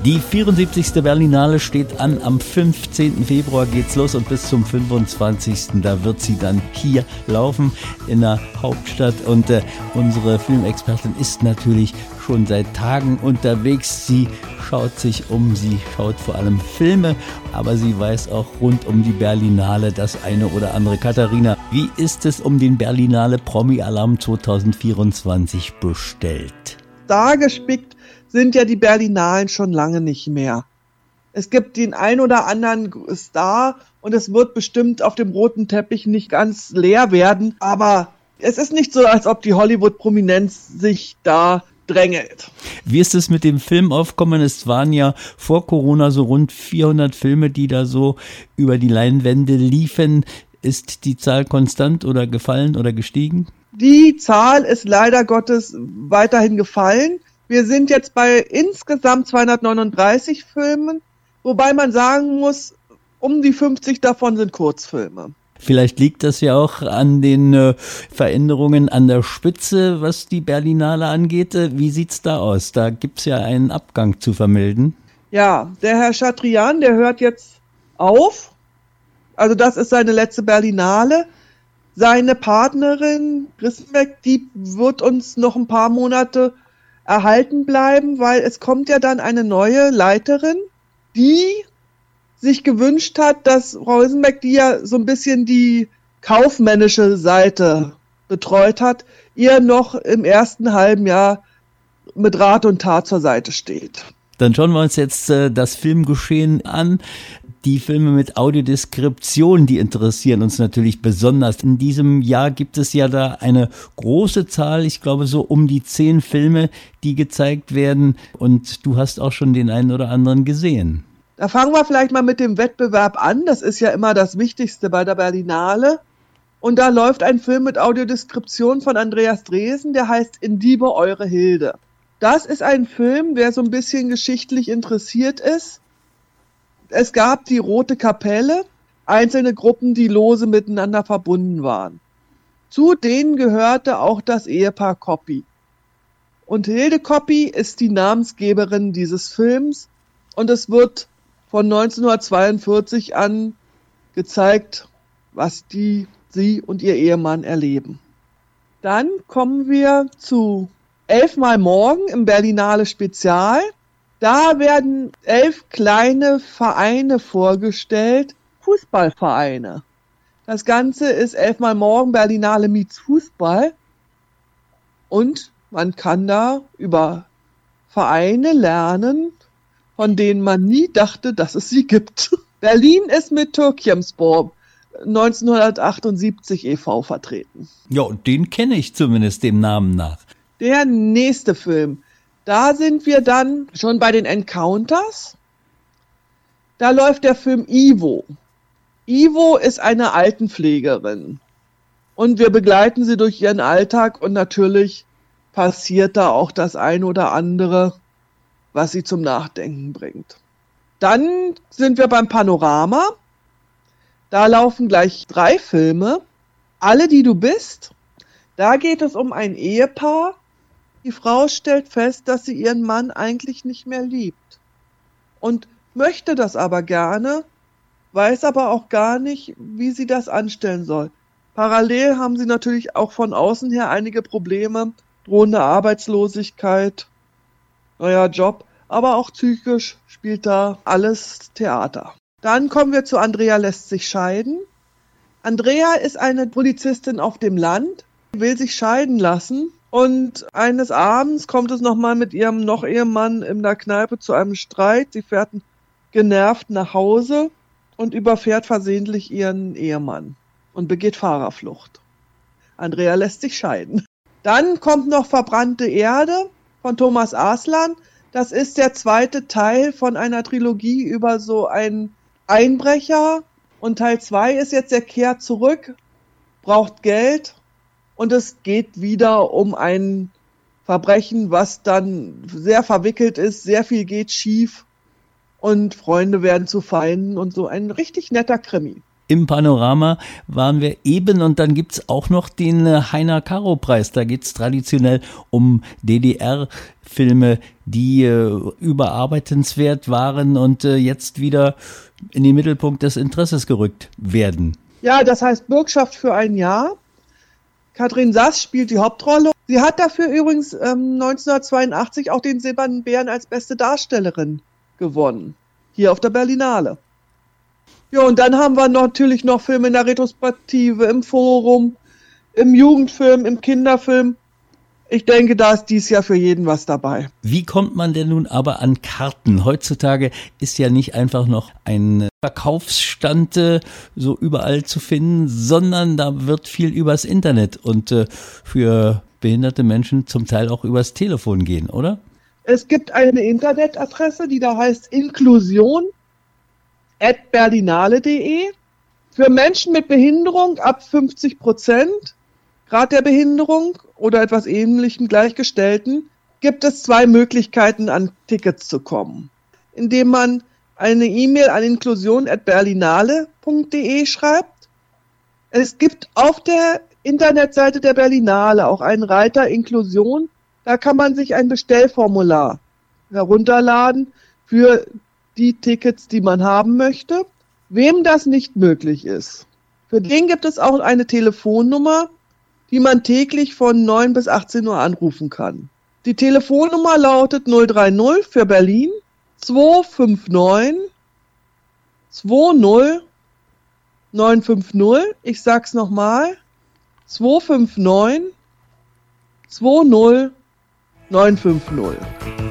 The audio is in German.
Die 74. Berlinale steht an. Am 15. Februar geht's los und bis zum 25. Da wird sie dann hier laufen in der Hauptstadt. Und unsere Filmexpertin ist natürlich schon seit Tagen unterwegs. Sie schaut sich um, sie schaut vor allem Filme, aber sie weiß auch rund um die Berlinale das eine oder andere. Katharina, wie ist es um den Berlinale Promi-Alarm 2024 bestellt? Stargespickt sind ja die Berlinalen schon lange nicht mehr. Es gibt den ein oder anderen Star und es wird bestimmt auf dem roten Teppich nicht ganz leer werden, aber es ist nicht so, als ob die Hollywood-Prominenz sich da drängelt. Wie ist es mit dem Filmaufkommen? Es waren ja vor Corona so rund 400 Filme, die da so über die Leinwände liefen. Ist die Zahl konstant oder gefallen oder gestiegen? Die Zahl ist leider Gottes weiterhin gefallen. Wir sind jetzt bei insgesamt 239 Filmen, wobei man sagen muss, um die 50 davon sind Kurzfilme. Vielleicht liegt das ja auch an den Veränderungen an der Spitze, was die Berlinale angeht. Wie sieht's da aus? Da gibt's ja einen Abgang zu vermelden. Ja, der Herr Chatrian, der hört jetzt auf. Also das ist seine letzte Berlinale. Seine Partnerin Grisbeck, die wird uns noch ein paar Monate erhalten bleiben, weil es kommt ja dann eine neue Leiterin, die sich gewünscht hat, dass Frau Isenbeck, die ja so ein bisschen die kaufmännische Seite betreut hat, ihr noch im ersten halben Jahr mit Rat und Tat zur Seite steht. Dann schauen wir uns jetzt das Filmgeschehen an. Die Filme mit Audiodeskription, die interessieren uns natürlich besonders. In diesem Jahr gibt es ja da eine große Zahl, ich glaube so um die 10 Filme, die gezeigt werden. Und du hast auch schon den einen oder anderen gesehen. Da fangen wir vielleicht mal mit dem Wettbewerb an. Das ist ja immer das Wichtigste bei der Berlinale. Und da läuft ein Film mit Audiodeskription von Andreas Dresen, der heißt In Diebe eure Hilde. Das ist ein Film, wer so ein bisschen geschichtlich interessiert ist. Es gab die Rote Kapelle, einzelne Gruppen, die lose miteinander verbunden waren. Zu denen gehörte auch das Ehepaar Koppi. Und Hilde Koppi ist die Namensgeberin dieses Films und es wird von 1942 an gezeigt, was sie und ihr Ehemann erleben. Dann kommen wir zu 11 Mal morgen im Berlinale Spezial. Da werden 11 kleine Vereine vorgestellt, Fußballvereine. Das Ganze ist 11 Mal morgen Berlinale meets Fußball. Und man kann da über Vereine lernen, von denen man nie dachte, dass es sie gibt. Berlin ist mit Türkiyemspor 1978 e.V. vertreten. Ja, und den kenne ich zumindest dem Namen nach. Der nächste Film. Da sind wir dann schon bei den Encounters. Da läuft der Film Ivo. Ivo ist eine Altenpflegerin. Und wir begleiten sie durch ihren Alltag und natürlich passiert da auch das ein oder andere, was sie zum Nachdenken bringt. Dann sind wir beim Panorama. Da laufen gleich 3 Filme. Alle, die du bist. Da geht es um ein Ehepaar. Die Frau stellt fest, dass sie ihren Mann eigentlich nicht mehr liebt und möchte das aber gerne, weiß aber auch gar nicht, wie sie das anstellen soll. Parallel haben sie natürlich auch von außen her einige Probleme, drohende Arbeitslosigkeit, neuer Job, aber auch psychisch spielt da alles Theater. Dann kommen wir zu Andrea lässt sich scheiden. Andrea ist eine Polizistin auf dem Land, will sich scheiden lassen. Und eines Abends kommt es nochmal mit ihrem Noch-Ehemann in der Kneipe zu einem Streit. Sie fährt genervt nach Hause und überfährt versehentlich ihren Ehemann und begeht Fahrerflucht. Andrea lässt sich scheiden. Dann kommt noch Verbrannte Erde von Thomas Aslan. Das ist der zweite Teil von einer Trilogie über so einen Einbrecher. Und Teil 2 ist jetzt, er kehrt zurück, braucht Geld. Und es geht wieder um ein Verbrechen, was dann sehr verwickelt ist, sehr viel geht schief und Freunde werden zu Feinden und so ein richtig netter Krimi. Im Panorama waren wir eben und dann gibt's auch noch den Heiner-Karo-Preis. Da geht's traditionell um DDR-Filme, die überarbeitenswert waren und jetzt wieder in den Mittelpunkt des Interesses gerückt werden. Ja, das heißt Bürgschaft für ein Jahr. Katrin Sass spielt die Hauptrolle. Sie hat dafür übrigens 1982 auch den Silbernen Bären als beste Darstellerin gewonnen. Hier auf der Berlinale. Ja, und dann haben wir natürlich noch Filme in der Retrospektive, im Forum, im Jugendfilm, im Kinderfilm. Ich denke, da ist dies Jahr für jeden was dabei. Wie kommt man denn nun aber an Karten? Heutzutage ist ja nicht einfach noch ein Verkaufsstand so überall zu finden, sondern da wird viel übers Internet und für behinderte Menschen zum Teil auch übers Telefon gehen, oder? Es gibt eine Internetadresse, die da heißt inklusion@berlinale.de. Für Menschen mit Behinderung ab 50%, Grad der Behinderung oder etwas Ähnlichem Gleichgestellten, gibt es 2 Möglichkeiten, an Tickets zu kommen. Indem man eine E-Mail an inklusion@berlinale.de schreibt. Es gibt auf der Internetseite der Berlinale auch einen Reiter Inklusion. Da kann man sich ein Bestellformular herunterladen für die Tickets, die man haben möchte. Wem das nicht möglich ist, für den gibt es auch eine Telefonnummer, die man täglich von 9 bis 18 Uhr anrufen kann. Die Telefonnummer lautet 030 für Berlin 259 20 950. Ich sag's nochmal. 259 20 950.